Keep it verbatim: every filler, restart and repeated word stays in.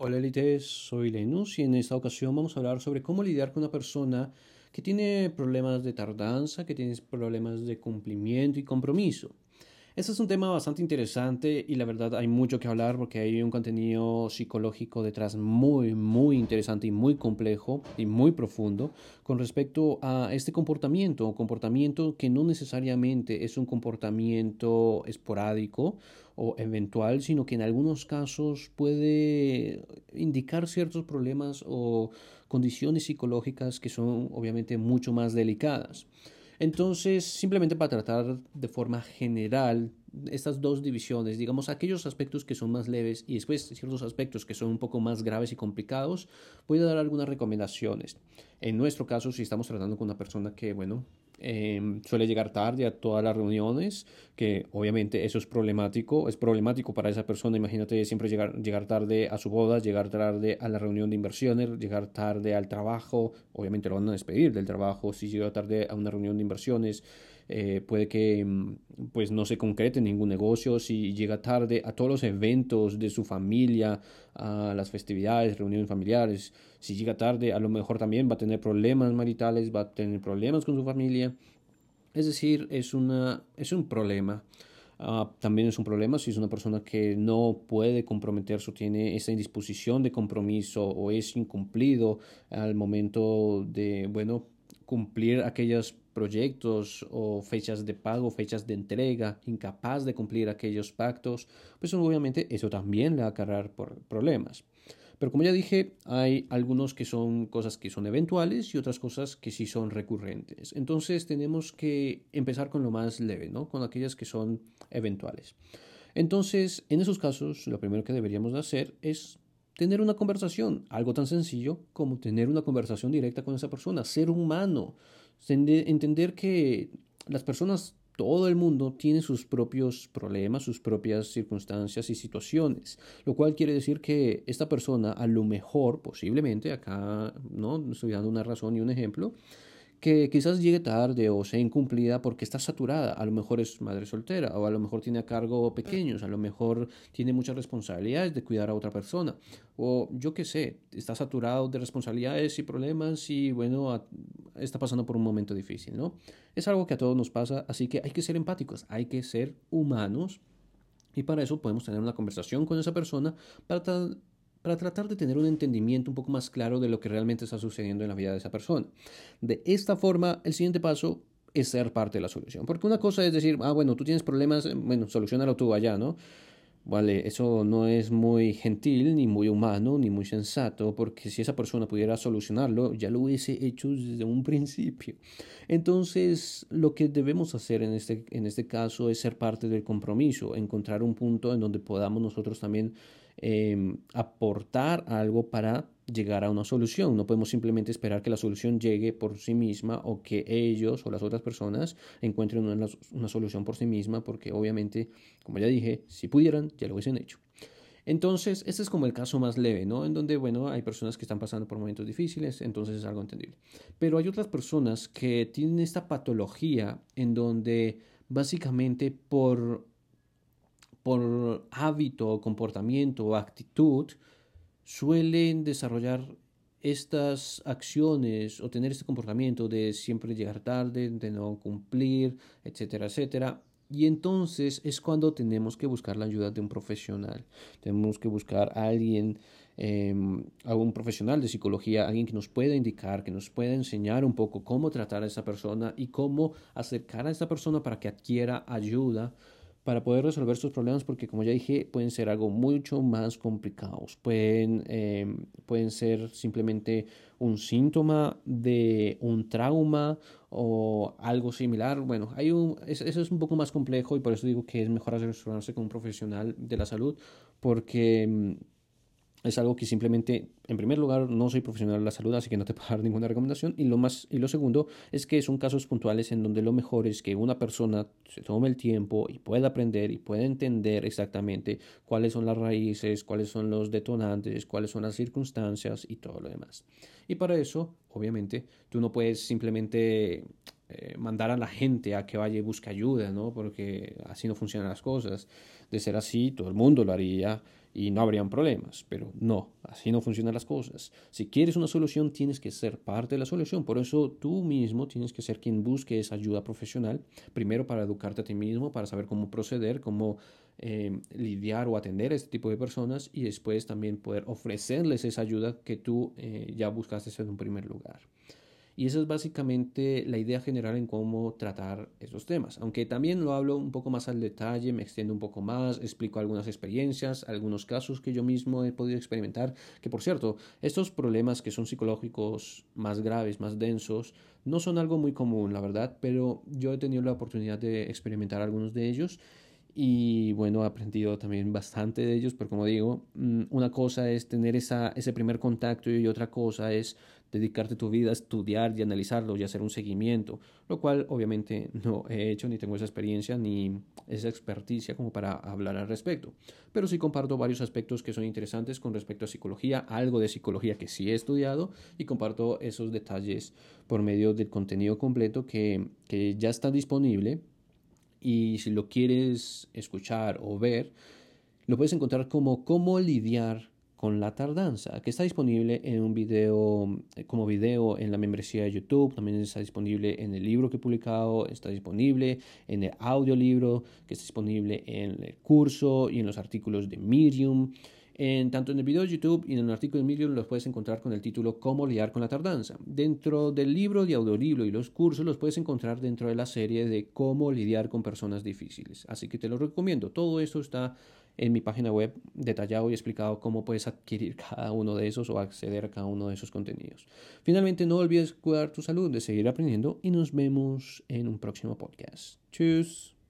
Hola Elite, soy Lenus y en esta ocasión vamos a hablar sobre cómo lidiar con una persona que tiene problemas de tardanza, que tiene problemas de cumplimiento y compromiso. Este es un tema bastante interesante y la verdad hay mucho que hablar porque hay un contenido psicológico detrás muy, muy interesante y muy complejo y muy profundo con respecto a este comportamiento, comportamiento que no necesariamente es un comportamiento esporádico o eventual, sino que en algunos casos puede indicar ciertos problemas o condiciones psicológicas que son obviamente mucho más delicadas. Entonces, simplemente para tratar de forma general estas dos divisiones, digamos, aquellos aspectos que son más leves y después ciertos aspectos que son un poco más graves y complicados, voy a dar algunas recomendaciones. En nuestro caso, si estamos tratando con una persona que, bueno, eh, suele llegar tarde a todas las reuniones, que obviamente eso es problemático, es problemático para esa persona, imagínate siempre llegar, llegar tarde a su boda, llegar tarde a la reunión de inversiones, llegar tarde al trabajo, obviamente lo van a despedir del trabajo, si llega tarde a una reunión de inversiones, eh, puede que pues no se concrete ningún negocio, si llega tarde a todos los eventos de su familia, a las festividades, reuniones familiares, si llega tarde a lo mejor también va a tener problemas maritales, va a tener problemas con su familia, es decir, es, una, es un problema. Uh, también es un problema si es una persona que no puede comprometerse o tiene esa indisposición de compromiso o es incumplido al momento de, bueno, cumplir aquellos proyectos o fechas de pago, fechas de entrega, incapaz de cumplir aquellos pactos, pues obviamente eso también le va a cargar por problemas. Pero como ya dije, hay algunos que son cosas que son eventuales y otras cosas que sí son recurrentes. Entonces tenemos que empezar con lo más leve, ¿no? Con aquellas que son eventuales. Entonces, en esos casos, lo primero que deberíamos de hacer es tener una conversación, algo tan sencillo como tener una conversación directa con esa persona, ser humano, entender que las personas, todo el mundo tiene sus propios problemas, sus propias circunstancias y situaciones, lo cual quiere decir que esta persona a lo mejor, posiblemente, acá no estoy dando una razón y un ejemplo, que quizás llegue tarde o sea incumplida porque está saturada. A lo mejor es madre soltera o a lo mejor tiene a cargo pequeños, a lo mejor tiene muchas responsabilidades de cuidar a otra persona o yo qué sé, está saturado de responsabilidades y problemas y bueno, a, está pasando por un momento difícil, ¿no? Es algo que a todos nos pasa, así que hay que ser empáticos, hay que ser humanos y para eso podemos tener una conversación con esa persona para, tra para tratar de tener un entendimiento un poco más claro de lo que realmente está sucediendo en la vida de esa persona. De esta forma, el siguiente paso es ser parte de la solución. Porque una cosa es decir, ah, bueno, tú tienes problemas, bueno, solucionalo tú allá, ¿no? Vale, eso no es muy gentil, ni muy humano, ni muy sensato, porque si esa persona pudiera solucionarlo, ya lo hubiese hecho desde un principio. Entonces, lo que debemos hacer en este, en este caso es ser parte del compromiso, encontrar un punto en donde podamos nosotros también eh, aportar algo para llegar a una solución. No podemos simplemente esperar que la solución llegue por sí misma o que ellos o las otras personas encuentren una, una solución por sí misma, porque obviamente, como ya dije, si pudieran, ya lo hubiesen hecho. Entonces, este es como el caso más leve, ¿no? En donde, bueno, hay personas que están pasando por momentos difíciles, entonces es algo entendible. Pero hay otras personas que tienen esta patología en donde básicamente por, por hábito, comportamiento o actitud suelen desarrollar estas acciones o tener este comportamiento de siempre llegar tarde, de no cumplir, etcétera, etcétera. Y entonces es cuando tenemos que buscar la ayuda de un profesional. Tenemos que buscar a alguien, eh, a un profesional de psicología, alguien que nos pueda indicar, que nos pueda enseñar un poco cómo tratar a esa persona y cómo acercar a esa persona para que adquiera ayuda para poder resolver sus problemas, porque como ya dije, pueden ser algo mucho más complicados. Pueden, eh, pueden ser simplemente un síntoma de un trauma o algo similar. Bueno, hay un, eso es un poco más complejo y por eso digo que es mejor asesorarse con un profesional de la salud, porque es algo que simplemente, en primer lugar, no soy profesional de la salud, así que no te puedo dar ninguna recomendación. Y lo más, y lo segundo es que son casos puntuales en donde lo mejor es que una persona se tome el tiempo y pueda aprender y pueda entender exactamente cuáles son las raíces, cuáles son los detonantes, cuáles son las circunstancias y todo lo demás. Y para eso, obviamente, tú no puedes simplemente eh, mandar a la gente a que vaya y busque ayuda, ¿no? Porque así no funcionan las cosas. De ser así, todo el mundo lo haría y no habrían problemas, pero no, así no funcionan las cosas. Si quieres una solución, tienes que ser parte de la solución. Por eso tú mismo tienes que ser quien busque esa ayuda profesional, primero para educarte a ti mismo, para saber cómo proceder, cómo eh, lidiar o atender a este tipo de personas y después también poder ofrecerles esa ayuda que tú eh, ya buscaste en un primer lugar. Y esa es básicamente la idea general en cómo tratar esos temas. Aunque también lo hablo un poco más al detalle, me extiendo un poco más, explico algunas experiencias, algunos casos que yo mismo he podido experimentar. Que por cierto, estos problemas que son psicológicos más graves, más densos, no son algo muy común, la verdad, pero yo he tenido la oportunidad de experimentar algunos de ellos. Y bueno, he aprendido también bastante de ellos, pero como digo, una cosa es tener esa, ese primer contacto y otra cosa es dedicarte tu vida a estudiar y analizarlo y hacer un seguimiento, lo cual obviamente no he hecho ni tengo esa experiencia ni esa experticia como para hablar al respecto. Pero sí comparto varios aspectos que son interesantes con respecto a psicología, algo de psicología que sí he estudiado y comparto esos detalles por medio del contenido completo que, que ya está disponible y si lo quieres escuchar o ver, lo puedes encontrar como cómo lidiar con la tardanza, que está disponible en un video, como video en la membresía de YouTube, también está disponible en el libro que he publicado, está disponible en el audiolibro, que está disponible en el curso y en los artículos de Medium. En, tanto en el video de YouTube y en el artículo de Medium los puedes encontrar con el título Cómo lidiar con la tardanza. Dentro del libro de audiolibro y los cursos los puedes encontrar dentro de la serie de Cómo lidiar con personas difíciles. Así que te lo recomiendo. Todo esto está en mi página web detallado y explicado cómo puedes adquirir cada uno de esos o acceder a cada uno de esos contenidos. Finalmente, no olvides cuidar tu salud, de seguir aprendiendo y nos vemos en un próximo podcast. Tschüss.